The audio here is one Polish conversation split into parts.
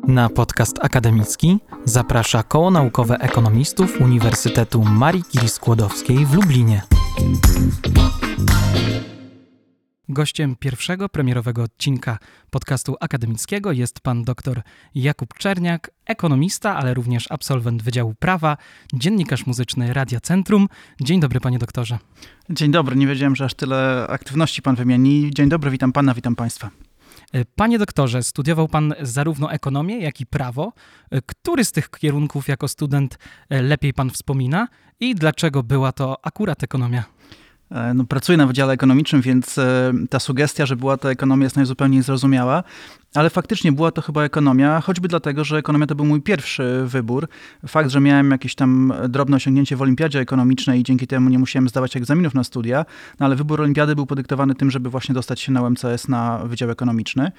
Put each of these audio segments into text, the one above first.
Na podcast akademicki zaprasza Koło Naukowe Ekonomistów Uniwersytetu Marii Curie-Skłodowskiej w Lublinie. Gościem pierwszego premierowego odcinka podcastu akademickiego jest pan dr Jakub Czerniak, ekonomista, ale również absolwent Wydziału Prawa, dziennikarz muzyczny Radia Centrum. Dzień dobry, panie doktorze. Dzień dobry, nie wiedziałem, że aż tyle aktywności pan wymieni. Dzień dobry, witam pana, witam państwa. Panie doktorze, studiował pan zarówno ekonomię, jak i prawo. Który z tych kierunków jako student lepiej pan wspomina i dlaczego była to akurat ekonomia? Pracuję na Wydziale Ekonomicznym, więc ta sugestia, że była to ekonomia, jest najzupełniej zrozumiała. Ale faktycznie była to chyba ekonomia, choćby dlatego, że ekonomia to był mój pierwszy wybór. Fakt, że miałem jakieś tam drobne osiągnięcie w olimpiadzie ekonomicznej i dzięki temu nie musiałem zdawać egzaminów na studia, ale wybór olimpiady był podyktowany tym, żeby właśnie dostać się na UMCS na Wydział Ekonomiczny.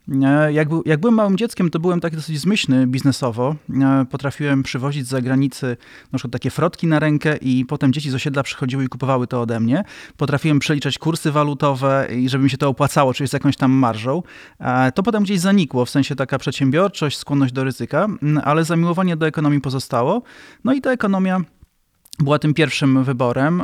Jak byłem małym dzieckiem, to byłem taki dosyć zmyślny biznesowo. Potrafiłem przywozić z zagranicy na przykład takie frotki na rękę i potem dzieci z osiedla przychodziły i kupowały to ode mnie. Potrafiłem przeliczać kursy walutowe i żeby mi się to opłacało, czyli z jakąś tam marżą. To potem gdzieś zanikło, w sensie taka przedsiębiorczość, skłonność do ryzyka, ale zamiłowanie do ekonomii pozostało. No i ta ekonomia była tym pierwszym wyborem.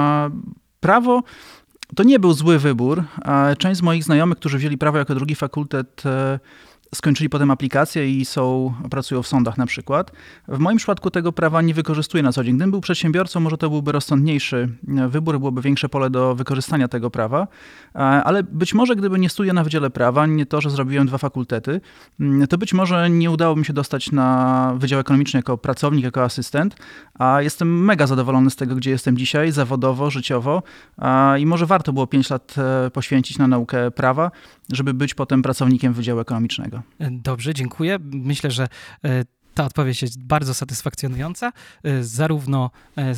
Prawo to nie był zły wybór. Część z moich znajomych, którzy wzięli prawo jako drugi fakultet, skończyli potem aplikację i pracują w sądach na przykład. W moim przypadku tego prawa nie wykorzystuję na co dzień. Gdybym był przedsiębiorcą, może to byłby rozsądniejszy wybór, byłoby większe pole do wykorzystania tego prawa, ale być może gdyby nie studia na Wydziale Prawa, nie to, że zrobiłem 2 fakultety, to być może nie udało mi się dostać na Wydział Ekonomiczny jako pracownik, jako asystent, a jestem mega zadowolony z tego, gdzie jestem dzisiaj, zawodowo, życiowo i może warto było 5 lat poświęcić na naukę prawa, żeby być potem pracownikiem Wydziału Ekonomicznego. Dobrze, dziękuję. Myślę, że ta odpowiedź jest bardzo satysfakcjonująca, zarówno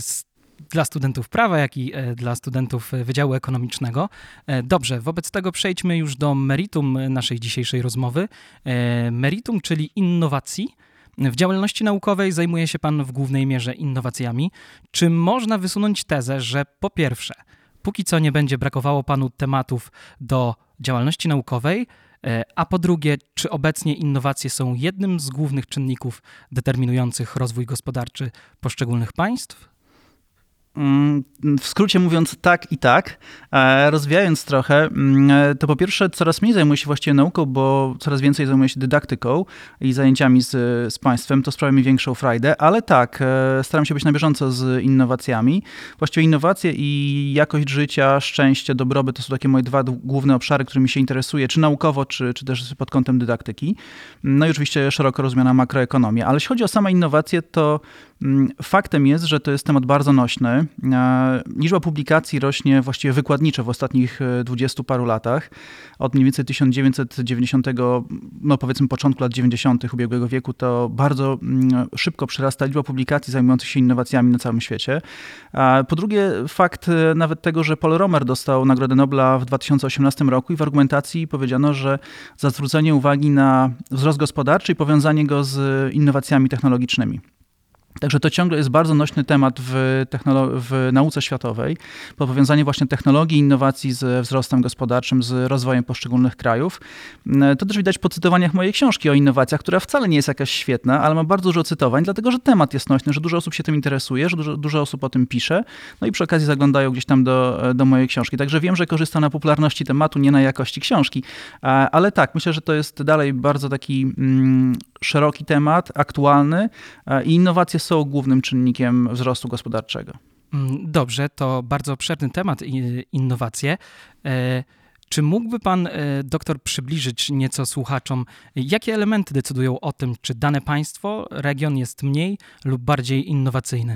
dla studentów prawa, jak i dla studentów Wydziału Ekonomicznego. Dobrze, wobec tego przejdźmy już do meritum naszej dzisiejszej rozmowy. Meritum, czyli innowacji. W działalności naukowej zajmuje się pan w głównej mierze innowacjami. Czy można wysunąć tezę, że po pierwsze, póki co nie będzie brakowało panu tematów do działalności naukowej, a po drugie, czy obecnie innowacje są jednym z głównych czynników determinujących rozwój gospodarczy poszczególnych państw? W skrócie mówiąc tak i tak, rozwijając trochę, to po pierwsze coraz mniej zajmuję się właściwie nauką, bo coraz więcej zajmuję się dydaktyką i zajęciami z państwem, to sprawia mi większą frajdę, ale tak, staram się być na bieżąco z innowacjami. Właściwie innowacje i jakość życia, szczęście, dobrobyt to są takie moje 2 główne obszary, którymi się interesuję, czy naukowo, czy też pod kątem dydaktyki. No i oczywiście szeroko rozumiana makroekonomia, ale jeśli chodzi o same innowacje, to faktem jest, że to jest temat bardzo nośny. Liczba publikacji rośnie właściwie wykładniczo w ostatnich 20 paru latach. Od mniej więcej 1990, no powiedzmy początku lat 90. ubiegłego wieku, to bardzo szybko przyrasta liczba publikacji zajmujących się innowacjami na całym świecie. Po drugie, fakt nawet tego, że Paul Romer dostał Nagrodę Nobla w 2018 roku i w argumentacji powiedziano, że za zwrócenie uwagi na wzrost gospodarczy i powiązanie go z innowacjami technologicznymi. Także to ciągle jest bardzo nośny temat w nauce światowej, powiązanie właśnie technologii, innowacji ze wzrostem gospodarczym, z rozwojem poszczególnych krajów. To też widać po cytowaniach mojej książki o innowacjach, która wcale nie jest jakaś świetna, ale ma bardzo dużo cytowań, dlatego że temat jest nośny, że dużo osób się tym interesuje, że dużo osób o tym pisze, no i przy okazji zaglądają gdzieś tam do mojej książki. Także wiem, że korzysta na popularności tematu, nie na jakości książki, ale tak, myślę, że to jest dalej bardzo taki szeroki temat, aktualny i innowacje są głównym czynnikiem wzrostu gospodarczego. Dobrze, to bardzo obszerny temat, innowacje. Czy mógłby pan, doktor, przybliżyć nieco słuchaczom, jakie elementy decydują o tym, czy dane państwo, region jest mniej lub bardziej innowacyjny?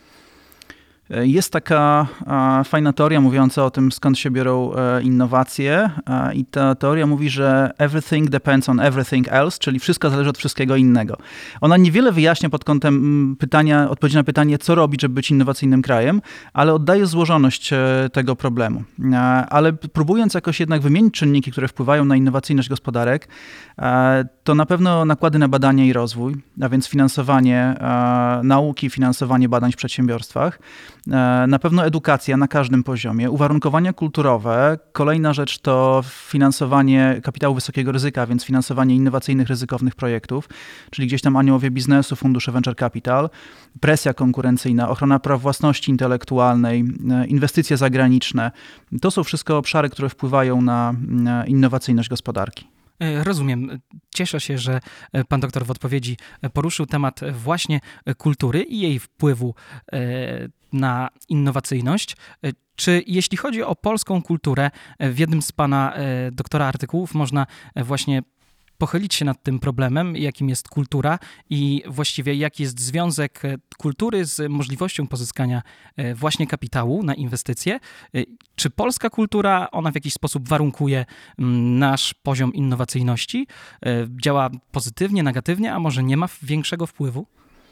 Jest taka fajna teoria mówiąca o tym, skąd się biorą innowacje i ta teoria mówi, że everything depends on everything else, czyli wszystko zależy od wszystkiego innego. Ona niewiele wyjaśnia pod kątem odpowiedzi na pytanie, co robić, żeby być innowacyjnym krajem, ale oddaje złożoność tego problemu. Ale próbując jakoś jednak wymienić czynniki, które wpływają na innowacyjność gospodarek, to na pewno nakłady na badania i rozwój, a więc finansowanie nauki, finansowanie badań w przedsiębiorstwach. Na pewno edukacja na każdym poziomie, uwarunkowania kulturowe. Kolejna rzecz to finansowanie kapitału wysokiego ryzyka, więc finansowanie innowacyjnych, ryzykownych projektów, czyli gdzieś tam aniołowie biznesu, fundusze venture capital, presja konkurencyjna, ochrona praw własności intelektualnej, inwestycje zagraniczne. To są wszystko obszary, które wpływają na innowacyjność gospodarki. Rozumiem. Cieszę się, że pan doktor w odpowiedzi poruszył temat właśnie kultury i jej wpływu na innowacyjność. Czy jeśli chodzi o polską kulturę, w jednym z pana doktora artykułów można właśnie pochylić się nad tym problemem, jakim jest kultura i właściwie jaki jest związek kultury z możliwością pozyskania właśnie kapitału na inwestycje. Czy polska kultura, ona w jakiś sposób warunkuje nasz poziom innowacyjności? Działa pozytywnie, negatywnie, a może nie ma większego wpływu?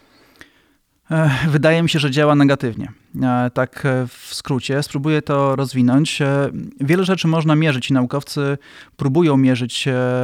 Wydaje mi się, że działa negatywnie. Tak w skrócie. Spróbuję to rozwinąć. Wiele rzeczy można mierzyć i naukowcy próbują mierzyć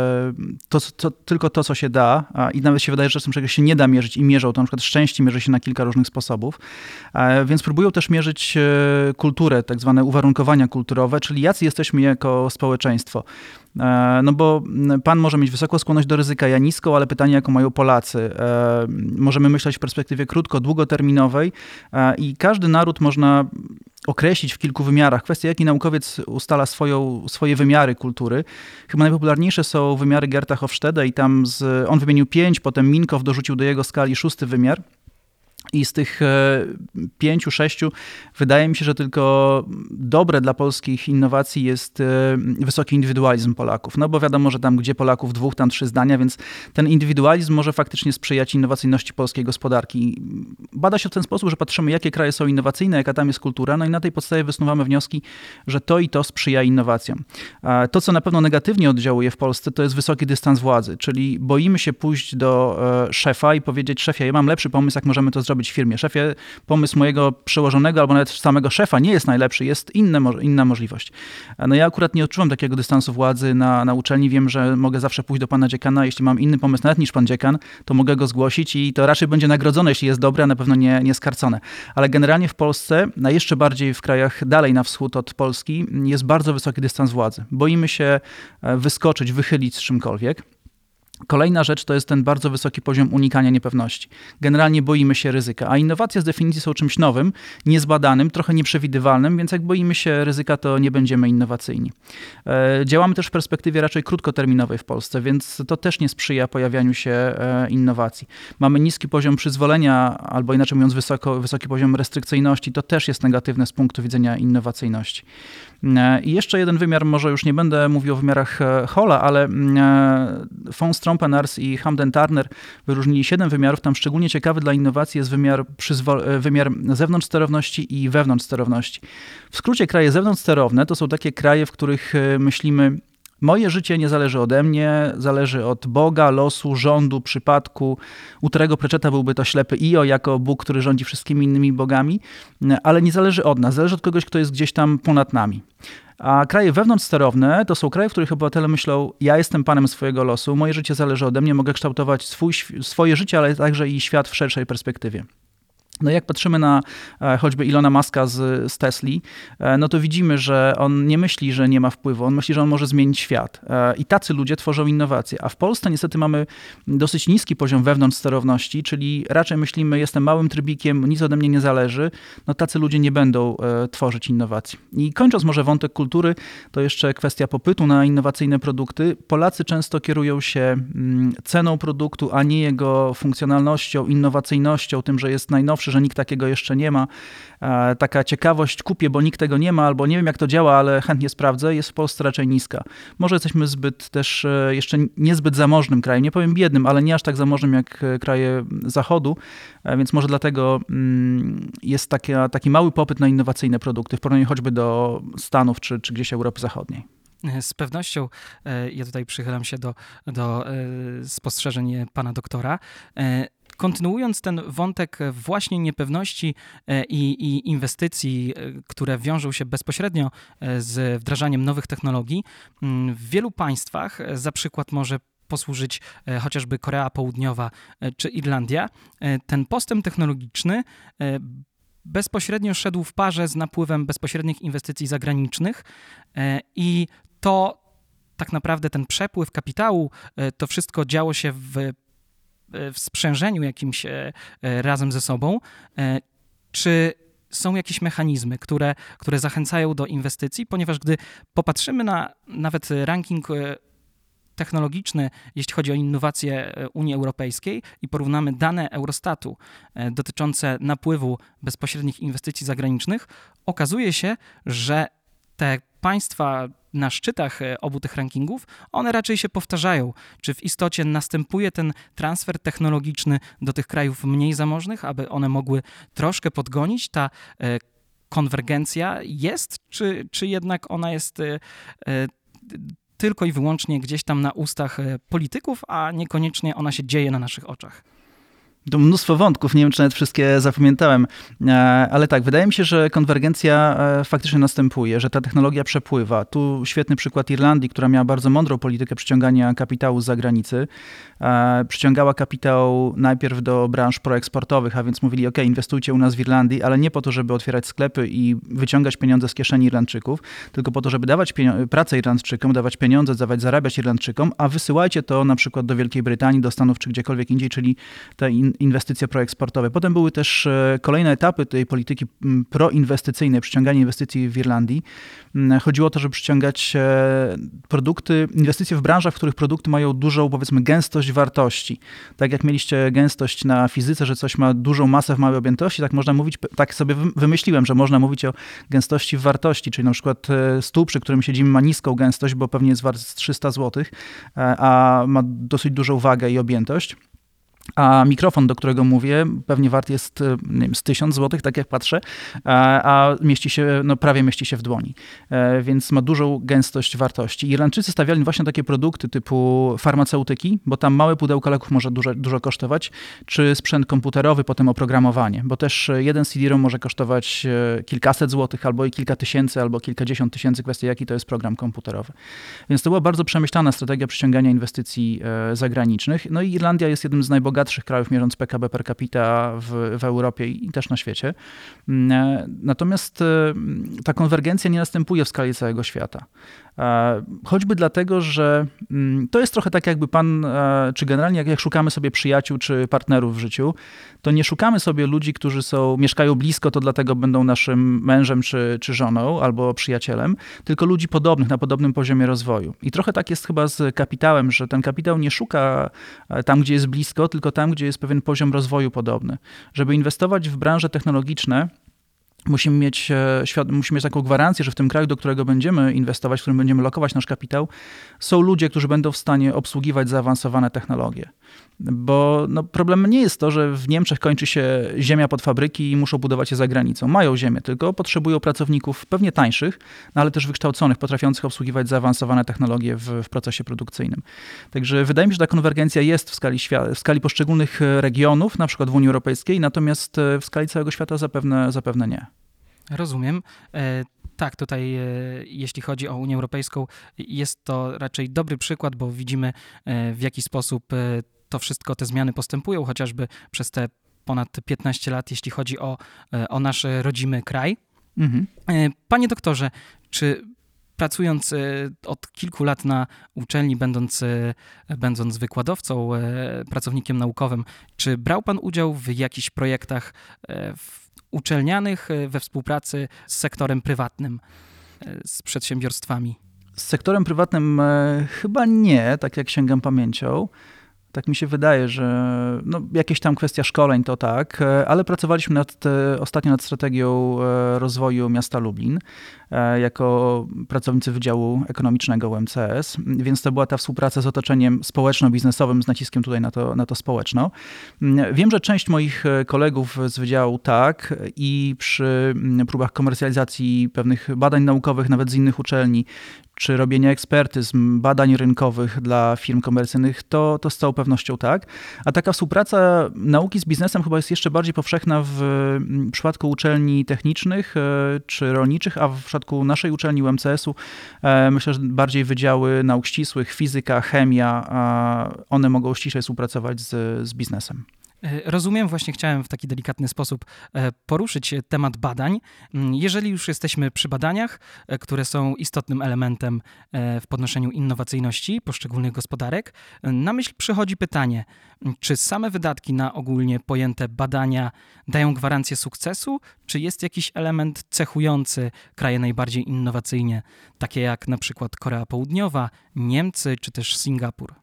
tylko to, co się da i nawet się wydaje, że czasem czegoś się nie da mierzyć i mierzą. To na przykład szczęście mierzy się na kilka różnych sposobów. Więc próbują też mierzyć kulturę, tak zwane uwarunkowania kulturowe, czyli jacy jesteśmy jako społeczeństwo. No bo pan może mieć wysoką skłonność do ryzyka, ja niską, ale pytanie, jaką mają Polacy. Możemy myśleć w perspektywie długoterminowej i każdy naród można określić w kilku wymiarach. Kwestia, jaki naukowiec ustala swoje wymiary kultury. Chyba najpopularniejsze są wymiary Gerta Hofstede i tam on wymienił 5, potem Minkow dorzucił do jego skali 6. wymiar. I z tych 5, 6 wydaje mi się, że tylko dobre dla polskich innowacji jest wysoki indywidualizm Polaków. No bo wiadomo, że tam gdzie Polaków 2, tam 3 zdania, więc ten indywidualizm może faktycznie sprzyjać innowacyjności polskiej gospodarki. Bada się w ten sposób, że patrzymy, jakie kraje są innowacyjne, jaka tam jest kultura, no i na tej podstawie wysnuwamy wnioski, że to i to sprzyja innowacjom. To, co na pewno negatywnie oddziałuje w Polsce, to jest wysoki dystans władzy, czyli boimy się pójść do szefa i powiedzieć: szefie, ja mam lepszy pomysł, jak możemy to zrobić w firmie. Szefie, pomysł mojego przełożonego albo nawet samego szefa nie jest najlepszy, jest inna możliwość. No ja akurat nie odczuwam takiego dystansu władzy na uczelni. Wiem, że mogę zawsze pójść do pana dziekana. Jeśli mam inny pomysł nawet niż pan dziekan, to mogę go zgłosić i to raczej będzie nagrodzone, jeśli jest dobre, a na pewno nie skarcone. Ale generalnie w Polsce, a jeszcze bardziej w krajach dalej na wschód od Polski, jest bardzo wysoki dystans władzy. Boimy się wyskoczyć, wychylić z czymkolwiek. Kolejna rzecz to jest ten bardzo wysoki poziom unikania niepewności. Generalnie boimy się ryzyka, a innowacje z definicji są czymś nowym, niezbadanym, trochę nieprzewidywalnym, więc jak boimy się ryzyka, to nie będziemy innowacyjni. Działamy też w perspektywie raczej krótkoterminowej w Polsce, więc to też nie sprzyja pojawianiu się innowacji. Mamy niski poziom przyzwolenia, albo inaczej mówiąc wysoki poziom restrykcyjności, to też jest negatywne z punktu widzenia innowacyjności. I jeszcze jeden wymiar, może już nie będę mówił o wymiarach Holla, ale von Strompenars i Hamden Turner wyróżnili 7 wymiarów. Tam szczególnie ciekawy dla innowacji jest wymiar zewnątrzsterowności i wewnątrzsterowności. W skrócie kraje zewnątrzsterowne to są takie kraje, w których myślimy: moje życie nie zależy ode mnie, zależy od Boga, losu, rządu, przypadku. U Terego Pratchetta byłby to ślepy Io jako Bóg, który rządzi wszystkimi innymi bogami, ale nie zależy od nas, zależy od kogoś, kto jest gdzieś tam ponad nami. A kraje wewnątrzsterowne to są kraje, w których obywatele myślą: ja jestem panem swojego losu, moje życie zależy ode mnie, mogę kształtować swoje życie, ale także i świat w szerszej perspektywie. No jak patrzymy na choćby Ilona Muska z Tesli, no to widzimy, że on nie myśli, że nie ma wpływu, on myśli, że on może zmienić świat. I tacy ludzie tworzą innowacje. A w Polsce niestety mamy dosyć niski poziom wewnątrzsterowności, czyli raczej myślimy: jestem małym trybikiem, nic ode mnie nie zależy. No tacy ludzie nie będą tworzyć innowacji. I kończąc może wątek kultury, to jeszcze kwestia popytu na innowacyjne produkty. Polacy często kierują się ceną produktu, a nie jego funkcjonalnością, innowacyjnością, tym, że jest najnowszy, że nikt takiego jeszcze nie ma. Taka ciekawość: kupię, bo nikt tego nie ma, albo nie wiem, jak to działa, ale chętnie sprawdzę, jest w Polsce raczej niska. Może jesteśmy też jeszcze niezbyt zamożnym krajem, nie powiem biednym, ale nie aż tak zamożnym jak kraje Zachodu, więc może dlatego jest taki mały popyt na innowacyjne produkty w porównaniu choćby do Stanów czy gdzieś Europy Zachodniej. Z pewnością ja tutaj przychylam się do spostrzeżeń pana doktora. Kontynuując ten wątek właśnie niepewności i inwestycji, które wiążą się bezpośrednio z wdrażaniem nowych technologii, w wielu państwach, za przykład może posłużyć chociażby Korea Południowa czy Irlandia, ten postęp technologiczny bezpośrednio szedł w parze z napływem bezpośrednich inwestycji zagranicznych i to tak naprawdę ten przepływ kapitału, to wszystko działo się w sprzężeniu jakimś razem ze sobą. Czy są jakieś mechanizmy, które zachęcają do inwestycji? Ponieważ gdy popatrzymy na nawet ranking technologiczny, jeśli chodzi o innowacje Unii Europejskiej i porównamy dane Eurostatu dotyczące napływu bezpośrednich inwestycji zagranicznych, okazuje się, że te państwa na szczytach obu tych rankingów, one raczej się powtarzają. Czy w istocie następuje ten transfer technologiczny do tych krajów mniej zamożnych, aby one mogły troszkę podgonić? Ta konwergencja jest, czy jednak ona jest tylko i wyłącznie gdzieś tam na ustach polityków, a niekoniecznie ona się dzieje na naszych oczach? To mnóstwo wątków, nie wiem, czy nawet wszystkie zapamiętałem, ale tak, wydaje mi się, że konwergencja faktycznie następuje, że ta technologia przepływa. Tu świetny przykład Irlandii, która miała bardzo mądrą politykę przyciągania kapitału z zagranicy. Przyciągała kapitał najpierw do branż proeksportowych, a więc mówili, ok, inwestujcie u nas w Irlandii, ale nie po to, żeby otwierać sklepy i wyciągać pieniądze z kieszeni Irlandczyków, tylko po to, żeby dawać pracę Irlandczykom, dawać pieniądze, zarabiać Irlandczykom, a wysyłajcie to na przykład do Wielkiej Brytanii, do Stanów czy gdziekolwiek indziej, czyli te inwestycje proeksportowe. Potem były też kolejne etapy tej polityki proinwestycyjnej, przyciągania inwestycji w Irlandii. Chodziło o to, żeby przyciągać inwestycje w branżach, w których produkty mają dużą, powiedzmy, gęstość wartości. Tak jak mieliście gęstość na fizyce, że coś ma dużą masę w małej objętości, tak można mówić, tak sobie wymyśliłem, że można mówić o gęstości w wartości, czyli na przykład stół, przy którym siedzimy, ma niską gęstość, bo pewnie jest wart 300 zł, a ma dosyć dużą wagę i objętość. A mikrofon, do którego mówię, pewnie wart jest, nie wiem, z 1000 zł, tak jak patrzę, a mieści się, prawie mieści się w dłoni. Więc ma dużą gęstość wartości. Irlandczycy stawiali właśnie takie produkty typu farmaceutyki, bo tam małe pudełko leków może dużo kosztować, czy sprzęt komputerowy, potem oprogramowanie, bo też jeden CD-ROM może kosztować kilkaset złotych, albo i kilka tysięcy, albo kilkadziesiąt tysięcy, kwestia jaki to jest program komputerowy. Więc to była bardzo przemyślana strategia przyciągania inwestycji zagranicznych. No i Irlandia jest jednym z najbogatszych krajów, mierząc PKB per capita w Europie i też na świecie. Natomiast ta konwergencja nie następuje w skali całego świata. Choćby dlatego, że to jest trochę tak, jakby czy generalnie jak szukamy sobie przyjaciół czy partnerów w życiu, to nie szukamy sobie ludzi, którzy mieszkają blisko, to dlatego będą naszym mężem czy żoną albo przyjacielem, tylko ludzi podobnych, na podobnym poziomie rozwoju. I trochę tak jest chyba z kapitałem, że ten kapitał nie szuka tam, gdzie jest blisko, tylko tam, gdzie jest pewien poziom rozwoju podobny. Żeby inwestować w branże technologiczne, musimy mieć taką gwarancję, że w tym kraju, do którego będziemy inwestować, w którym będziemy lokować nasz kapitał, są ludzie, którzy będą w stanie obsługiwać zaawansowane technologie. Bo problemem nie jest to, że w Niemczech kończy się ziemia pod fabryki i muszą budować je za granicą. Mają ziemię, tylko potrzebują pracowników pewnie tańszych, ale też wykształconych, potrafiących obsługiwać zaawansowane technologie w procesie produkcyjnym. Także wydaje mi się, że ta konwergencja jest w skali poszczególnych regionów, na przykład w Unii Europejskiej, natomiast w skali całego świata zapewne nie. Rozumiem. Tak, tutaj jeśli chodzi o Unię Europejską, jest to raczej dobry przykład, bo widzimy w jaki sposób to wszystko, te zmiany postępują, chociażby przez te ponad 15 lat, jeśli chodzi o nasz rodzimy kraj. Mhm. Panie doktorze, czy pracując od kilku lat na uczelni, będąc wykładowcą, pracownikiem naukowym, czy brał pan udział w jakichś projektach uczelnianych we współpracy z sektorem prywatnym, z przedsiębiorstwami? Z sektorem prywatnym chyba nie, tak jak sięgam pamięcią. Tak mi się wydaje, że jakieś tam kwestia szkoleń to tak, ale pracowaliśmy ostatnio nad strategią rozwoju miasta Lublin jako pracownicy Wydziału Ekonomicznego UMCS, więc to była ta współpraca z otoczeniem społeczno-biznesowym z naciskiem tutaj na to społeczno. Wiem, że część moich kolegów z wydziału tak i przy próbach komercjalizacji pewnych badań naukowych, nawet z innych uczelni, czy robienia ekspertyzm, badań rynkowych dla firm komercyjnych, to z całą pewnością tak. A taka współpraca nauki z biznesem chyba jest jeszcze bardziej powszechna w przypadku uczelni technicznych czy rolniczych, a w przypadku naszej uczelni UMCS-u myślę, że bardziej wydziały nauk ścisłych, fizyka, chemia, one mogą ściślej współpracować z biznesem. Rozumiem, właśnie chciałem w taki delikatny sposób poruszyć temat badań. Jeżeli już jesteśmy przy badaniach, które są istotnym elementem w podnoszeniu innowacyjności poszczególnych gospodarek, na myśl przychodzi pytanie, czy same wydatki na ogólnie pojęte badania dają gwarancję sukcesu, czy jest jakiś element cechujący kraje najbardziej innowacyjnie, takie jak na przykład Korea Południowa, Niemcy czy też Singapur?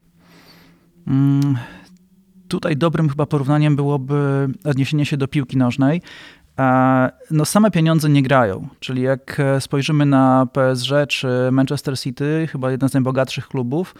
Tutaj dobrym chyba porównaniem byłoby odniesienie się do piłki nożnej. No same pieniądze nie grają, czyli jak spojrzymy na PSG czy Manchester City, chyba jeden z najbogatszych klubów,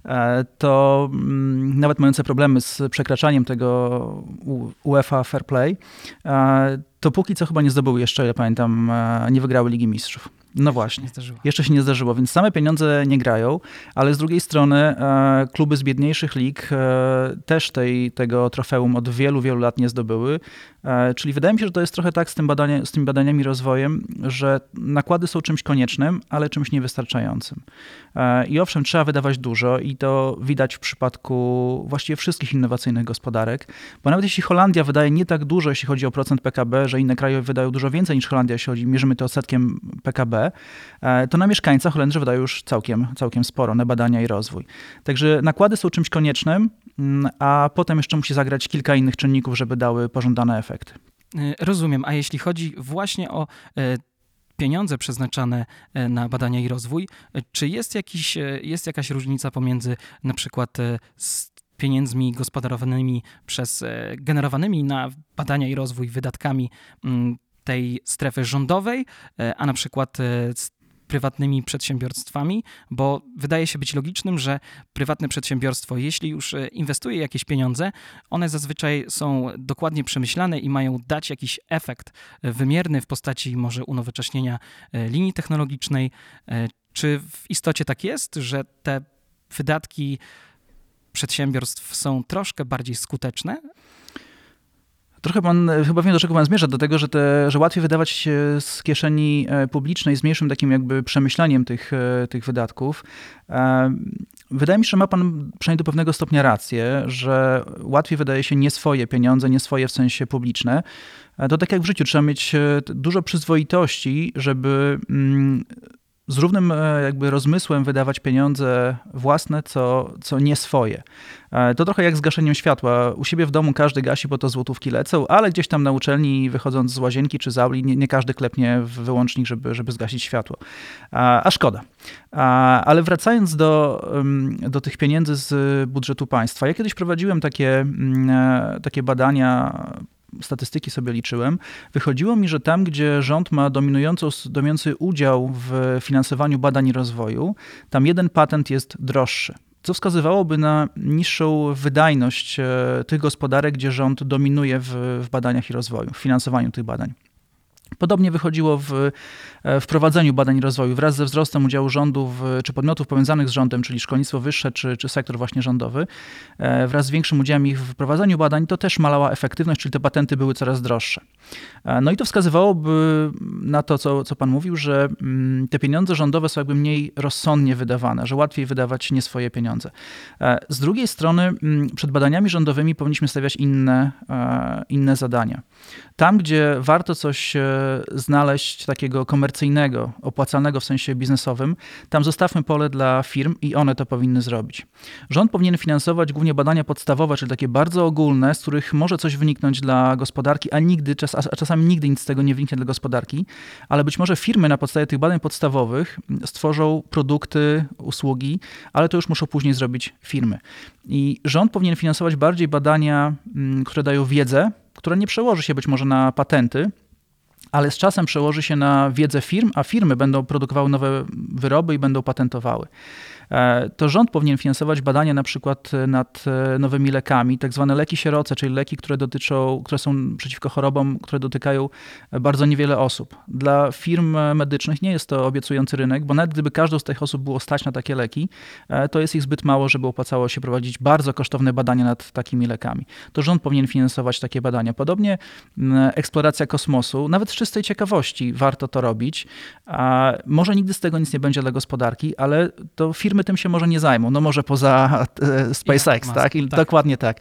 to nawet mające problemy z przekraczaniem tego UEFA Fair Play, to póki co chyba nie zdobyły jeszcze, ile pamiętam, nie wygrały Ligi Mistrzów. No właśnie, jeszcze się nie zdarzyło, więc same pieniądze nie grają, ale z drugiej strony kluby z biedniejszych lig też tego trofeum od wielu, wielu lat nie zdobyły, czyli wydaje mi się, że to jest trochę tak z tymi badaniami i rozwojem, że nakłady są czymś koniecznym, ale czymś niewystarczającym. I owszem, trzeba wydawać dużo i to widać w przypadku właściwie wszystkich innowacyjnych gospodarek, bo nawet jeśli Holandia wydaje nie tak dużo, jeśli chodzi o procent PKB, że inne kraje wydają dużo więcej niż Holandia, jeśli mierzymy to odsetkiem PKB, to na mieszkańca Holendrzy wydają już całkiem sporo na badania i rozwój. Także nakłady są czymś koniecznym, a potem jeszcze musi zagrać kilka innych czynników, żeby dały pożądane efekty. Rozumiem, a jeśli chodzi właśnie o pieniądze przeznaczane na badania i rozwój, czy jest jakaś różnica pomiędzy na przykład pieniędzmi gospodarowanymi generowanymi na badania i rozwój wydatkami tej strefy rządowej, a na przykład z prywatnymi przedsiębiorstwami, bo wydaje się być logicznym, że prywatne przedsiębiorstwo, jeśli już inwestuje jakieś pieniądze, one zazwyczaj są dokładnie przemyślane i mają dać jakiś efekt wymierny w postaci może unowocześnienia linii technologicznej. Czy w istocie tak jest, że te wydatki przedsiębiorstw są troszkę bardziej skuteczne? Trochę pan chyba wie, do czego pan zmierza, do tego, że łatwiej wydawać z kieszeni publicznej z mniejszym takim jakby przemyślaniem tych wydatków. Wydaje mi się, że ma pan przynajmniej do pewnego stopnia rację, że łatwiej wydaje się nie swoje pieniądze, nie swoje w sensie publiczne. To tak jak w życiu, trzeba mieć dużo przyzwoitości, żeby z równym jakby rozmysłem wydawać pieniądze własne, co nie swoje. To trochę jak z gaszeniem światła. U siebie w domu każdy gasi, bo to złotówki lecą, ale gdzieś tam na uczelni, wychodząc z łazienki czy z auli, nie każdy klepnie w wyłącznik, żeby zgasić światło. A szkoda. Ale wracając do tych pieniędzy z budżetu państwa. Ja kiedyś prowadziłem takie badania, statystyki sobie liczyłem, wychodziło mi, że tam, gdzie rząd ma dominujący udział w finansowaniu badań i rozwoju, tam jeden patent jest droższy, co wskazywałoby na niższą wydajność tych gospodarek, gdzie rząd dominuje w badaniach i rozwoju, w finansowaniu tych badań. Podobnie wychodziło w prowadzeniu badań i rozwoju. Wraz ze wzrostem udziału rządu czy podmiotów powiązanych z rządem, czyli szkolnictwo wyższe czy sektor właśnie rządowy, wraz z większym udziałem ich w prowadzeniu badań, to też malała efektywność, czyli te patenty były coraz droższe. No i to wskazywałoby na to, co pan mówił, że te pieniądze rządowe są jakby mniej rozsądnie wydawane, że łatwiej wydawać nie swoje pieniądze. Z drugiej strony przed badaniami rządowymi powinniśmy stawiać inne zadania. Tam, gdzie warto coś znaleźć takiego komercyjnego, opłacalnego w sensie biznesowym, tam zostawmy pole dla firm i one to powinny zrobić. Rząd powinien finansować głównie badania podstawowe, czyli takie bardzo ogólne, z których może coś wyniknąć dla gospodarki, a czasami nigdy nic z tego nie wyniknie dla gospodarki, ale być może firmy na podstawie tych badań podstawowych stworzą produkty, usługi, ale to już muszą później zrobić firmy. I rząd powinien finansować bardziej badania, które dają wiedzę, która nie przełoży się być może na patenty, ale z czasem przełoży się na wiedzę firm, a firmy będą produkowały nowe wyroby i będą patentowały. to rząd powinien finansować badania na przykład nad nowymi lekami, tak zwane leki sieroce, czyli leki, które są przeciwko chorobom, które dotykają bardzo niewiele osób. Dla firm medycznych nie jest to obiecujący rynek, bo nawet gdyby każdą z tych osób było stać na takie leki, to jest ich zbyt mało, żeby opłacało się prowadzić bardzo kosztowne badania nad takimi lekami. To rząd powinien finansować takie badania. Podobnie eksploracja kosmosu, nawet z czystej ciekawości warto to robić. Może nigdy z tego nic nie będzie dla gospodarki, ale to firmy tym się może nie zajmą. No może poza SpaceX, tak? Tak. Dokładnie tak.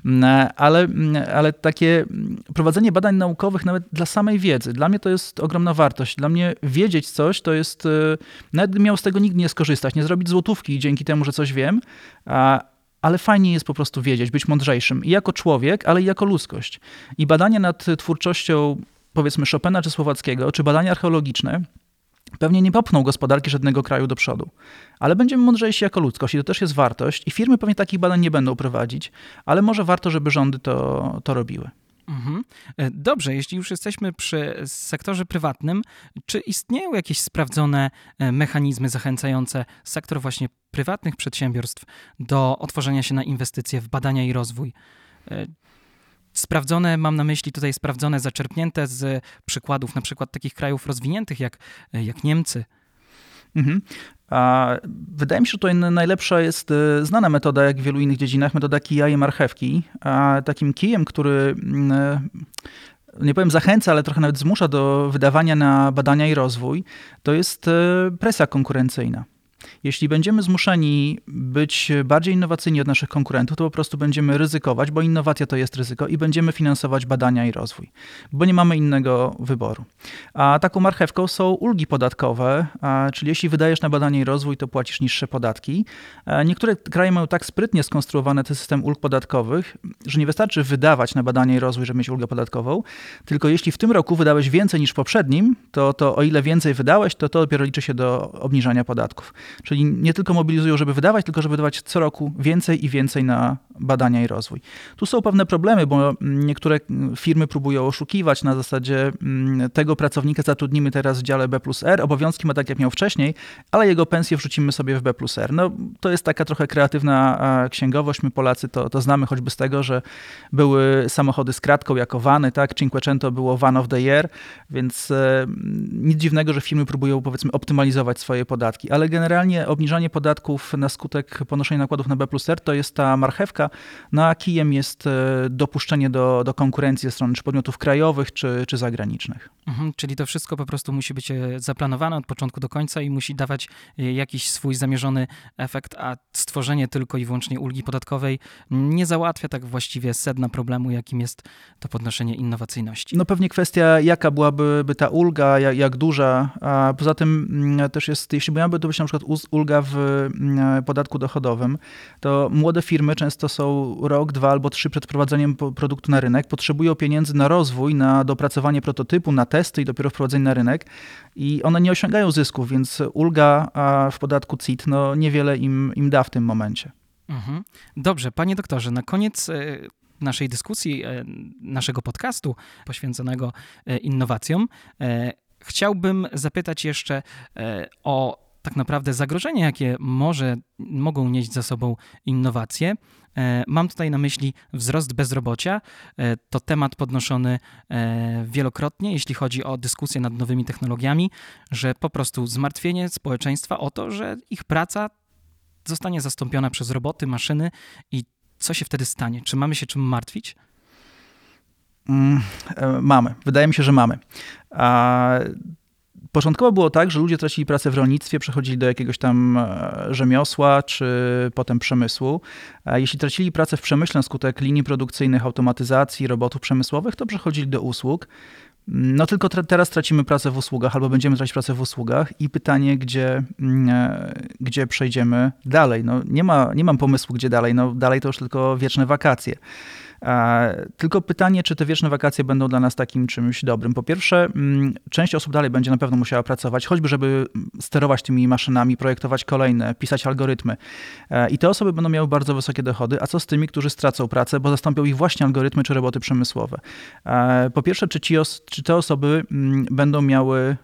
Ale takie prowadzenie badań naukowych nawet dla samej wiedzy, dla mnie to jest ogromna wartość. Dla mnie wiedzieć coś to jest, nawet gdybym miał z tego nigdy nie skorzystać, nie zrobić złotówki dzięki temu, że coś wiem, ale fajnie jest po prostu wiedzieć, być mądrzejszym i jako człowiek, ale i jako ludzkość. I badania nad twórczością, powiedzmy, Chopina czy Słowackiego, czy badania archeologiczne pewnie nie popchną gospodarki żadnego kraju do przodu, ale będziemy mądrzejsi jako ludzkość i to też jest wartość i firmy pewnie takich badań nie będą prowadzić, ale może warto, żeby rządy to robiły. Mhm. Dobrze, jeśli już jesteśmy przy sektorze prywatnym, czy istnieją jakieś sprawdzone mechanizmy zachęcające sektor właśnie prywatnych przedsiębiorstw do otworzenia się na inwestycje w badania i rozwój? Sprawdzone, mam na myśli tutaj sprawdzone, zaczerpnięte z przykładów na przykład takich krajów rozwiniętych jak Niemcy. Mhm. Wydaje mi się, że tutaj najlepsza jest znana metoda, jak w wielu innych dziedzinach, metoda kija i marchewki. Takim kijem, który, nie powiem zachęca, ale trochę nawet zmusza do wydawania na badania i rozwój, to jest presja konkurencyjna. Jeśli będziemy zmuszeni być bardziej innowacyjni od naszych konkurentów, to po prostu będziemy ryzykować, bo innowacja to jest ryzyko i będziemy finansować badania i rozwój, bo nie mamy innego wyboru. A taką marchewką są ulgi podatkowe, czyli jeśli wydajesz na badania i rozwój, to płacisz niższe podatki. Niektóre kraje mają tak sprytnie skonstruowany ten system ulg podatkowych, że nie wystarczy wydawać na badania i rozwój, żeby mieć ulgę podatkową, tylko jeśli w tym roku wydałeś więcej niż w poprzednim, to o ile więcej wydałeś, to dopiero liczy się do obniżania podatków. Czyli nie tylko mobilizują, żeby wydawać, tylko żeby wydawać co roku więcej i więcej na badania i rozwój. Tu są pewne problemy, bo niektóre firmy próbują oszukiwać na zasadzie tego pracownika zatrudnimy teraz w dziale B+R, obowiązki ma tak jak miał wcześniej, ale jego pensję wrzucimy sobie w B+R. No, to jest taka trochę kreatywna księgowość. My Polacy to znamy choćby z tego, że były samochody z kratką jako vany, tak? Cinquecento było van of the year, więc nic dziwnego, że firmy próbują powiedzmy optymalizować swoje podatki, ale generalnie obniżanie podatków na skutek ponoszenia nakładów na B+R to jest ta marchewka, no a kijem jest dopuszczenie do konkurencji ze strony czy podmiotów krajowych, czy zagranicznych. Czyli to wszystko po prostu musi być zaplanowane od początku do końca i musi dawać jakiś swój zamierzony efekt, a stworzenie tylko i wyłącznie ulgi podatkowej nie załatwia tak właściwie sedna problemu, jakim jest to podnoszenie innowacyjności. No pewnie kwestia, jaka byłaby ta ulga, jak duża, a poza tym też jest, jeśli miałaby to być na przykład ulga w podatku dochodowym, to młode firmy często są rok, 2 albo 3 przed wprowadzeniem produktu na rynek, potrzebują pieniędzy na rozwój, na dopracowanie prototypu, na testy i dopiero wprowadzenie na rynek i one nie osiągają zysków, więc ulga w podatku CIT no niewiele im da w tym momencie. Dobrze, panie doktorze, na koniec naszej dyskusji, naszego podcastu poświęconego innowacjom, chciałbym zapytać jeszcze o tak naprawdę zagrożenia, jakie mogą nieść za sobą innowacje. Mam tutaj na myśli wzrost bezrobocia. To temat podnoszony wielokrotnie, jeśli chodzi o dyskusję nad nowymi technologiami, że po prostu zmartwienie społeczeństwa o to, że ich praca zostanie zastąpiona przez roboty, maszyny i co się wtedy stanie? Czy mamy się czym martwić? Mamy. Wydaje mi się, że mamy. Początkowo było tak, że ludzie tracili pracę w rolnictwie, przechodzili do jakiegoś tam rzemiosła, czy potem przemysłu. A jeśli tracili pracę w przemyśle na skutek linii produkcyjnych, automatyzacji, robotów przemysłowych, to przechodzili do usług. No tylko teraz tracimy pracę w usługach, albo będziemy tracić pracę w usługach i pytanie, gdzie przejdziemy dalej. No nie mam pomysłu, gdzie dalej. No dalej to już tylko wieczne wakacje. Tylko pytanie, czy te wieczne wakacje będą dla nas takim czymś dobrym. Po pierwsze, część osób dalej będzie na pewno musiała pracować, choćby żeby sterować tymi maszynami, projektować kolejne, pisać algorytmy. I te osoby będą miały bardzo wysokie dochody, a co z tymi, którzy stracą pracę, bo zastąpią ich właśnie algorytmy czy roboty przemysłowe. Po pierwsze, czy te osoby będą miały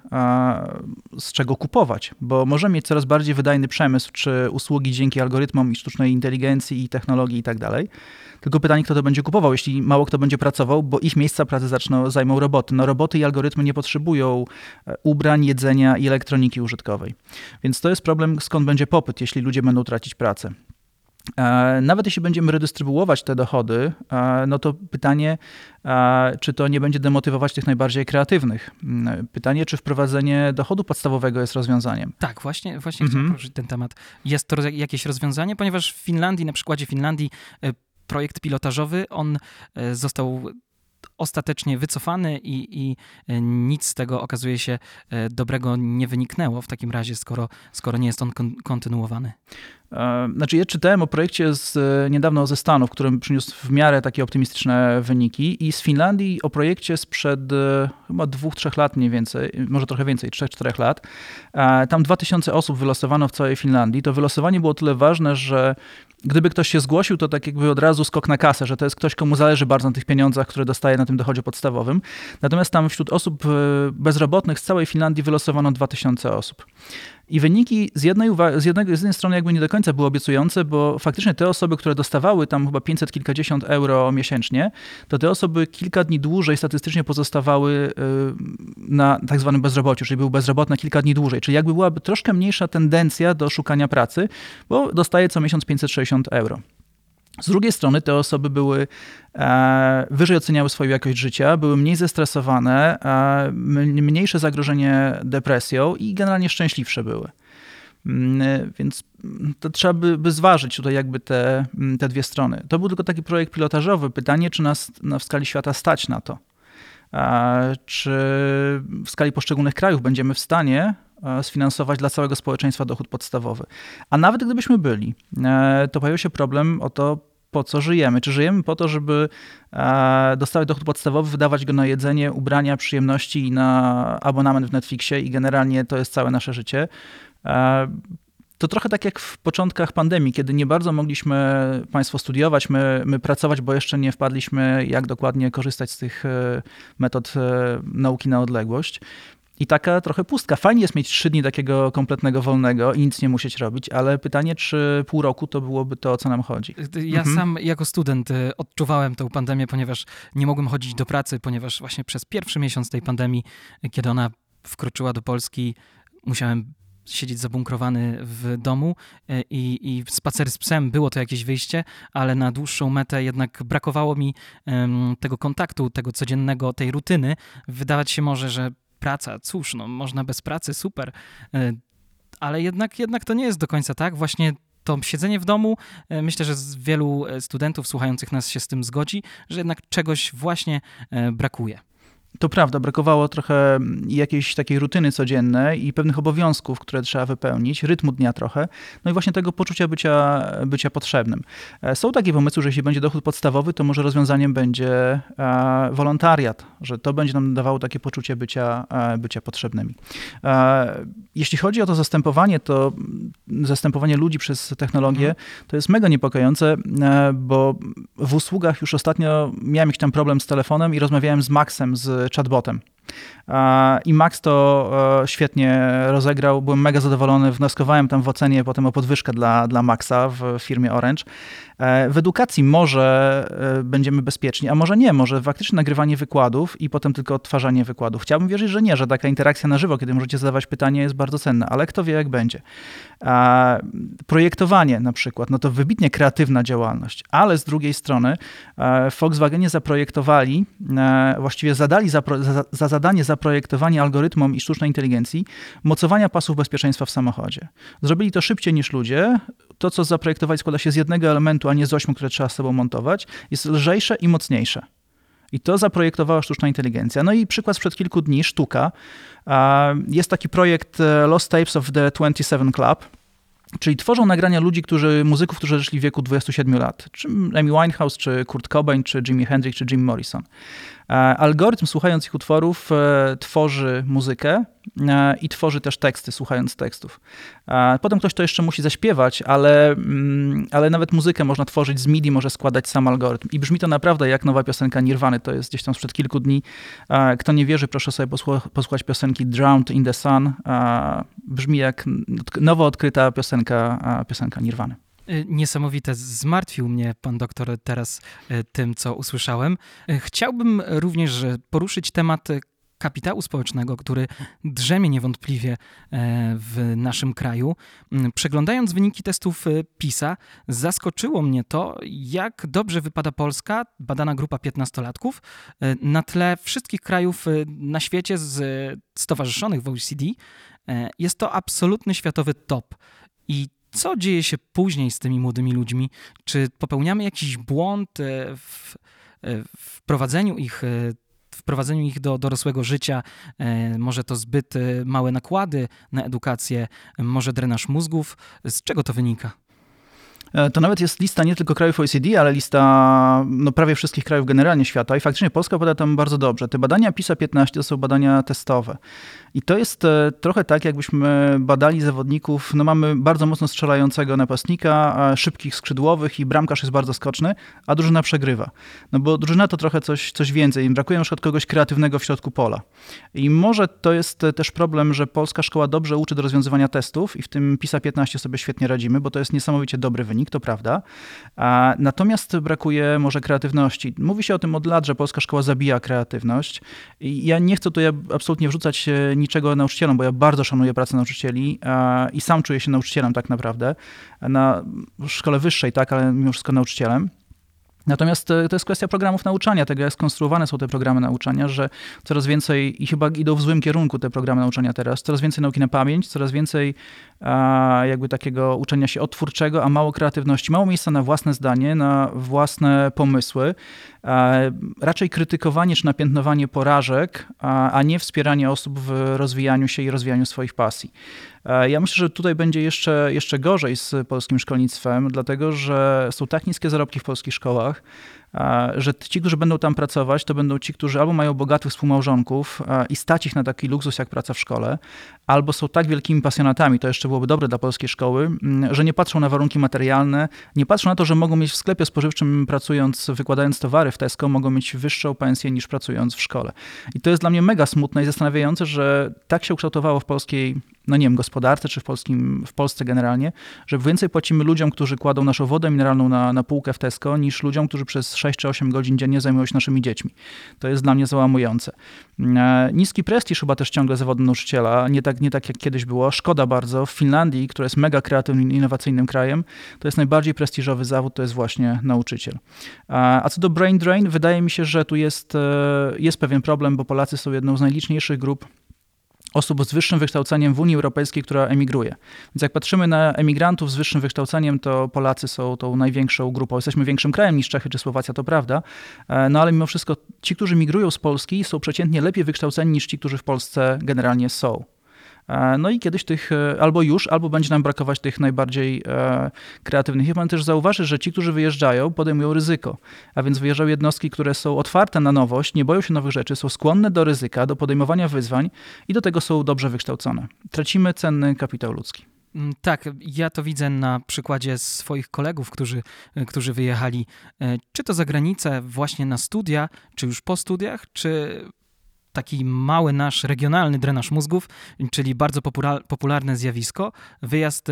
z czego kupować, bo możemy mieć coraz bardziej wydajny przemysł czy usługi dzięki algorytmom i sztucznej inteligencji i technologii i tak dalej. Tylko pytanie, kto to będzie kupował, jeśli mało kto będzie pracował, bo ich miejsca pracy zajmą roboty. No roboty i algorytmy nie potrzebują ubrań, jedzenia i elektroniki użytkowej. Więc to jest problem, skąd będzie popyt, jeśli ludzie będą tracić pracę. Nawet jeśli będziemy redystrybuować te dochody, no to pytanie, czy to nie będzie demotywować tych najbardziej kreatywnych. Pytanie, czy wprowadzenie dochodu podstawowego jest rozwiązaniem. Tak, właśnie chciałem poruszyć ten temat. Jest to jakieś rozwiązanie, ponieważ w Finlandii, na przykładzie Finlandii, projekt pilotażowy, on został ostatecznie wycofany i nic z tego, okazuje się, dobrego nie wyniknęło w takim razie, skoro nie jest on kontynuowany. Znaczy, ja czytałem o projekcie niedawno ze Stanów, który przyniósł w miarę takie optymistyczne wyniki, i z Finlandii o projekcie sprzed chyba 2-3 lat mniej więcej, może trochę więcej, 3-4 lat. Tam 2000 osób wylosowano w całej Finlandii. To wylosowanie było tyle ważne, że gdyby ktoś się zgłosił, to tak jakby od razu skok na kasę, że to jest ktoś, komu zależy bardzo na tych pieniądzach, które dostaje na tym dochodzie podstawowym. Natomiast tam wśród osób bezrobotnych z całej Finlandii wylosowano 2000 osób. I wyniki z jednej strony jakby nie do końca były obiecujące, bo faktycznie te osoby, które dostawały tam chyba 500 kilkadziesiąt euro miesięcznie, to te osoby kilka dni dłużej statystycznie pozostawały na tak zwanym bezrobociu, czyli były bezrobotne kilka dni dłużej. Czyli jakby byłaby troszkę mniejsza tendencja do szukania pracy, bo dostaje co miesiąc 560 euro. Z drugiej strony te osoby wyżej oceniały swoją jakość życia, były mniej zestresowane, mniejsze zagrożenie depresją i generalnie szczęśliwsze były. Więc to trzeba by zważyć tutaj jakby te dwie strony. To był tylko taki projekt pilotażowy. Pytanie, czy nas w skali świata stać na to? Czy w skali poszczególnych krajów będziemy w stanie sfinansować dla całego społeczeństwa dochód podstawowy? A nawet gdybyśmy byli, to pojawił się problem o to, po co żyjemy. Czy żyjemy po to, żeby dostawać dochód podstawowy, wydawać go na jedzenie, ubrania, przyjemności i na abonament w Netflixie i generalnie to jest całe nasze życie? To trochę tak jak w początkach pandemii, kiedy nie bardzo mogliśmy państwo studiować, my pracować, bo jeszcze nie wpadliśmy, jak dokładnie korzystać z tych metod nauki na odległość. I taka trochę pustka. Fajnie jest mieć 3 dni takiego kompletnego wolnego i nic nie musieć robić, ale pytanie, czy pół roku to byłoby to, o co nam chodzi. Ja sam jako student odczuwałem tę pandemię, ponieważ nie mogłem chodzić do pracy, ponieważ właśnie przez pierwszy miesiąc tej pandemii, kiedy ona wkroczyła do Polski, musiałem siedzieć zabunkrowany w domu i spacer z psem, było to jakieś wyjście, ale na dłuższą metę jednak brakowało mi tego kontaktu, tego codziennego, tej rutyny. Wydawać się może, że praca, cóż, no można bez pracy, super, ale jednak to nie jest do końca tak. Właśnie to siedzenie w domu, myślę, że wielu studentów słuchających nas się z tym zgodzi, że jednak czegoś właśnie brakuje. To prawda, brakowało trochę jakiejś takiej rutyny codziennej i pewnych obowiązków, które trzeba wypełnić, rytmu dnia trochę, no i właśnie tego poczucia bycia potrzebnym. Są takie pomysły, że jeśli będzie dochód podstawowy, to może rozwiązaniem będzie wolontariat, że to będzie nam dawało takie poczucie bycia potrzebnymi. Jeśli chodzi o to zastępowanie ludzi przez technologię, to jest mega niepokojące, bo w usługach już ostatnio miałem jakiś tam problem z telefonem i rozmawiałem z Maxem, z chatbotem. I Max to świetnie rozegrał, byłem mega zadowolony, wnioskowałem tam w ocenie potem o podwyżkę dla Maxa w firmie Orange. W edukacji może będziemy bezpieczni, a może nie, może faktycznie nagrywanie wykładów i potem tylko odtwarzanie wykładów. Chciałbym wierzyć, że nie, że taka interakcja na żywo, kiedy możecie zadawać pytanie, jest bardzo cenna, ale kto wie, jak będzie. Projektowanie na przykład, no to wybitnie kreatywna działalność, ale z drugiej strony w Volkswagenie zaprojektowali, właściwie zadali za zadanie zaprojektowanie algorytmom i sztucznej inteligencji mocowania pasów bezpieczeństwa w samochodzie. Zrobili to szybciej niż ludzie. To, co zaprojektowali, składa się z jednego elementu, a nie z 8, które trzeba z sobą montować. Jest lżejsze i mocniejsze. I to zaprojektowała sztuczna inteligencja. No i przykład sprzed kilku dni, sztuka. Jest taki projekt Lost Tapes of the 27 Club. Czyli tworzą nagrania muzyków, którzy żyli w wieku 27 lat. Czy Amy Winehouse, czy Kurt Cobain, czy Jimi Hendrix, czy Jim Morrison. Algorytm, słuchając ich utworów, tworzy muzykę i tworzy też teksty, słuchając tekstów. Potem ktoś to jeszcze musi zaśpiewać, ale nawet muzykę można tworzyć z MIDI, może składać sam algorytm. I brzmi to naprawdę jak nowa piosenka Nirvany. To jest gdzieś tam sprzed kilku dni. Kto nie wierzy, proszę sobie posłuchać piosenki Drowned in the Sun. Brzmi jak nowo odkryta piosenka Nirvany. Niesamowite. Zmartwił mnie pan doktor teraz tym, co usłyszałem. Chciałbym również poruszyć temat kapitału społecznego, który drzemie niewątpliwie w naszym kraju. Przeglądając wyniki testów PISA, zaskoczyło mnie to, jak dobrze wypada Polska, badana grupa 15-latków, na tle wszystkich krajów na świecie stowarzyszonych w OECD. Jest to absolutny światowy top. I co dzieje się później z tymi młodymi ludźmi? Czy popełniamy jakiś błąd w wprowadzeniu ich do dorosłego życia? Może to zbyt małe nakłady na edukację, może drenaż mózgów? Z czego to wynika? To nawet jest lista nie tylko krajów OECD, ale lista prawie wszystkich krajów generalnie świata i faktycznie Polska pada tam bardzo dobrze. Te badania PISA 15 to są badania testowe. I to jest trochę tak, jakbyśmy badali zawodników, mamy bardzo mocno strzelającego napastnika, szybkich skrzydłowych i bramkarz jest bardzo skoczny, a drużyna przegrywa. Bo drużyna to trochę coś więcej. Im brakuje na przykład kogoś kreatywnego w środku pola. I może to jest też problem, że polska szkoła dobrze uczy do rozwiązywania testów i w tym PISA 15 sobie świetnie radzimy, bo to jest niesamowicie dobry wynik, to prawda. Natomiast brakuje może kreatywności. Mówi się o tym od lat, że polska szkoła zabija kreatywność. I ja nie chcę tutaj absolutnie wrzucać niczego nauczycielom, bo ja bardzo szanuję pracę nauczycieli i sam czuję się nauczycielem tak naprawdę. Na szkole wyższej, tak, ale mimo wszystko nauczycielem. Natomiast to jest kwestia programów nauczania, tego jak skonstruowane są te programy nauczania, że coraz więcej, i chyba idą w złym kierunku te programy nauczania teraz, coraz więcej nauki na pamięć, coraz więcej jakby takiego uczenia się odtwórczego, a mało kreatywności, mało miejsca na własne zdanie, na własne pomysły, raczej krytykowanie czy napiętnowanie porażek, a nie wspieranie osób w rozwijaniu się i rozwijaniu swoich pasji. Ja myślę, że tutaj będzie jeszcze gorzej z polskim szkolnictwem, dlatego że są tak niskie zarobki w polskich szkołach, że ci, którzy będą tam pracować, to będą ci, którzy albo mają bogatych współmałżonków i stać ich na taki luksus jak praca w szkole, albo są tak wielkimi pasjonatami, to jeszcze byłoby dobre dla polskiej szkoły, że nie patrzą na warunki materialne, nie patrzą na to, że mogą mieć w sklepie spożywczym pracując, wykładając towary w Tesco, mogą mieć wyższą pensję niż pracując w szkole. I to jest dla mnie mega smutne i zastanawiające, że tak się ukształtowało w polskiej, gospodarce, czy w Polsce generalnie, że więcej płacimy ludziom, którzy kładą naszą wodę mineralną na półkę w Tesco, niż ludziom, którzy przez 6 czy 8 godzin dziennie zajmują się naszymi dziećmi. To jest dla mnie załamujące. Niski prestiż chyba też ciągle zawodu nauczyciela, nie tak jak kiedyś było. Szkoda bardzo. W Finlandii, która jest mega kreatywnym, innowacyjnym krajem, to jest najbardziej prestiżowy zawód, to jest właśnie nauczyciel. A co do brain drain, wydaje mi się, że tu jest pewien problem, bo Polacy są jedną z najliczniejszych grup osób z wyższym wykształceniem w Unii Europejskiej, która emigruje. Więc jak patrzymy na emigrantów z wyższym wykształceniem, to Polacy są tą największą grupą. Jesteśmy większym krajem niż Czechy czy Słowacja, to prawda, ale mimo wszystko ci, którzy migrują z Polski, są przeciętnie lepiej wykształceni niż ci, którzy w Polsce generalnie są. No i kiedyś albo będzie nam brakować tych najbardziej kreatywnych. I pan też zauważy, że ci, którzy wyjeżdżają, podejmują ryzyko. A więc wyjeżdżają jednostki, które są otwarte na nowość, nie boją się nowych rzeczy, są skłonne do ryzyka, do podejmowania wyzwań i do tego są dobrze wykształcone. Tracimy cenny kapitał ludzki. Tak, ja to widzę na przykładzie swoich kolegów, którzy wyjechali czy to za granicę właśnie na studia, czy już po studiach, czy taki mały nasz regionalny drenaż mózgów, czyli bardzo popularne zjawisko, wyjazd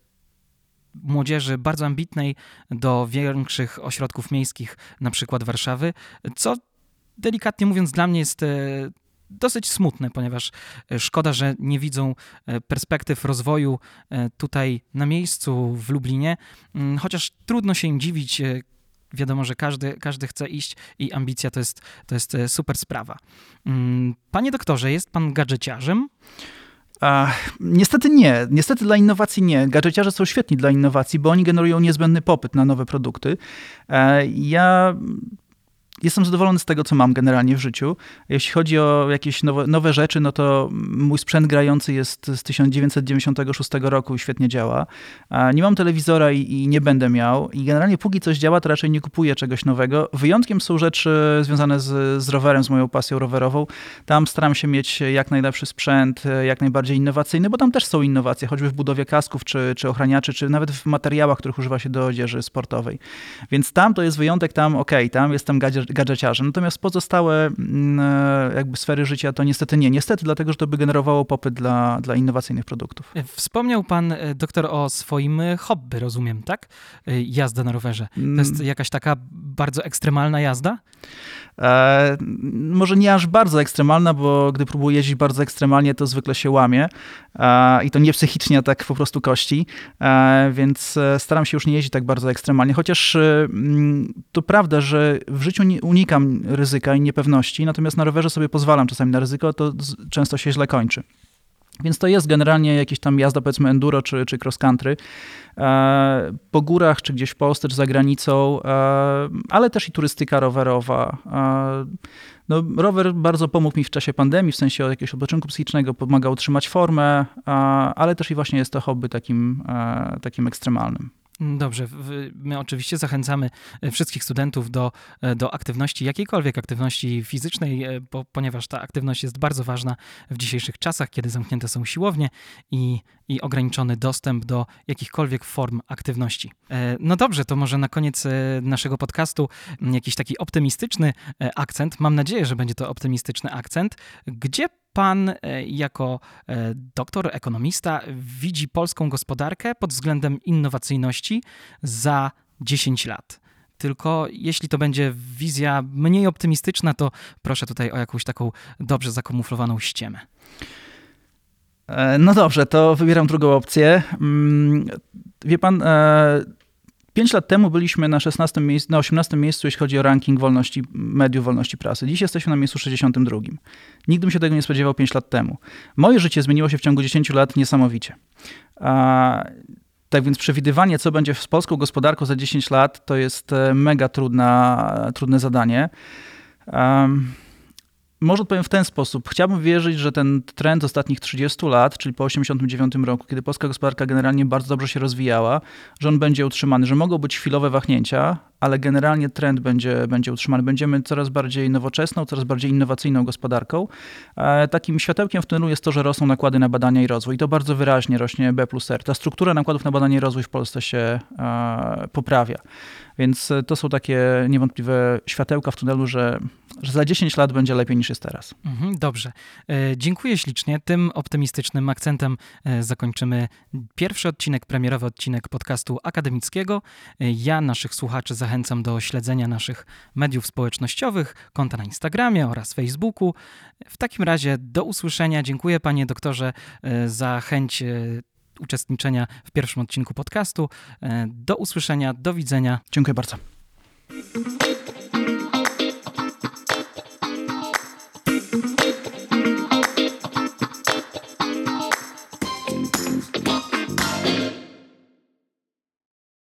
młodzieży bardzo ambitnej do większych ośrodków miejskich, na przykład Warszawy, co delikatnie mówiąc dla mnie jest dosyć smutne, ponieważ szkoda, że nie widzą perspektyw rozwoju tutaj na miejscu w Lublinie, chociaż trudno się im dziwić. Wiadomo, że każdy chce iść i ambicja to jest super sprawa. Panie doktorze, jest pan gadżeciarzem? Niestety nie. Niestety dla innowacji nie. Gadżeciarze są świetni dla innowacji, bo oni generują niezbędny popyt na nowe produkty. Ja jestem zadowolony z tego, co mam generalnie w życiu. Jeśli chodzi o jakieś nowe rzeczy, no to mój sprzęt grający jest z 1996 roku i świetnie działa. Nie mam telewizora i nie będę miał. I generalnie póki coś działa, to raczej nie kupuję czegoś nowego. Wyjątkiem są rzeczy związane z rowerem, z moją pasją rowerową. Tam staram się mieć jak najlepszy sprzęt, jak najbardziej innowacyjny, bo tam też są innowacje, choćby w budowie kasków, czy ochraniaczy, czy nawet w materiałach, których używa się do odzieży sportowej. Więc tam to jest wyjątek, tam jestem gadżeciarzem. Natomiast pozostałe jakby sfery życia to niestety nie. Niestety, dlatego, że to by generowało popyt dla innowacyjnych produktów. Wspomniał pan, doktor, o swoim hobby, rozumiem, tak? Jazda na rowerze. To jest jakaś taka bardzo ekstremalna jazda? Może nie aż bardzo ekstremalna, bo gdy próbuję jeździć bardzo ekstremalnie, to zwykle się łamie. I to nie psychicznie, a tak po prostu kości. Więc staram się już nie jeździć tak bardzo ekstremalnie. Chociaż to prawda, że w życiu unikam ryzyka i niepewności, natomiast na rowerze sobie pozwalam czasami na ryzyko, to często się źle kończy. Więc to jest generalnie jakieś tam jazda, powiedzmy enduro czy cross country po górach, czy gdzieś w Polsce, czy za granicą, ale też i turystyka rowerowa. No, rower bardzo pomógł mi w czasie pandemii, w sensie jakiegoś odpoczynku psychicznego, pomaga utrzymać formę, ale też i właśnie jest to hobby takim ekstremalnym. Dobrze, my oczywiście zachęcamy wszystkich studentów do aktywności, jakiejkolwiek aktywności fizycznej, ponieważ ta aktywność jest bardzo ważna w dzisiejszych czasach, kiedy zamknięte są siłownie i ograniczony dostęp do jakichkolwiek form aktywności. No dobrze, to może na koniec naszego podcastu jakiś taki optymistyczny akcent. Mam nadzieję, że będzie to optymistyczny akcent. Gdzie pan jako doktor, ekonomista widzi polską gospodarkę pod względem innowacyjności za 10 lat? Tylko jeśli to będzie wizja mniej optymistyczna, to proszę tutaj o jakąś taką dobrze zakamuflowaną ściemę. No dobrze, to wybieram drugą opcję. Wie pan, 5 lat temu byliśmy na 18 miejscu, jeśli chodzi o ranking wolności mediów, wolności prasy. Dziś jesteśmy na miejscu 62. Nikt bym się tego nie spodziewał 5 lat temu. Moje życie zmieniło się w ciągu 10 lat niesamowicie. Tak więc przewidywanie, co będzie z polską gospodarką za 10 lat, to jest mega trudne zadanie. Może odpowiem w ten sposób. Chciałbym wierzyć, że ten trend z ostatnich 30 lat, czyli po 1989 roku, kiedy polska gospodarka generalnie bardzo dobrze się rozwijała, że on będzie utrzymany, że mogą być chwilowe wahnięcia, ale generalnie trend będzie utrzymany. Będziemy coraz bardziej nowoczesną, coraz bardziej innowacyjną gospodarką. Takim światełkiem w tunelu jest to, że rosną nakłady na badania i rozwój. I to bardzo wyraźnie rośnie B+R. Ta struktura nakładów na badania i rozwój w Polsce się poprawia. Więc to są takie niewątpliwe światełka w tunelu, że za 10 lat będzie lepiej niż jest teraz. Dobrze. Dziękuję ślicznie. Tym optymistycznym akcentem zakończymy pierwszy odcinek, premierowy odcinek podcastu akademickiego. Ja naszych słuchaczy zachęcam do śledzenia naszych mediów społecznościowych, konta na Instagramie oraz Facebooku. W takim razie do usłyszenia. Dziękuję panie doktorze za chęć uczestniczenia w pierwszym odcinku podcastu. Do usłyszenia, do widzenia. Dziękuję bardzo.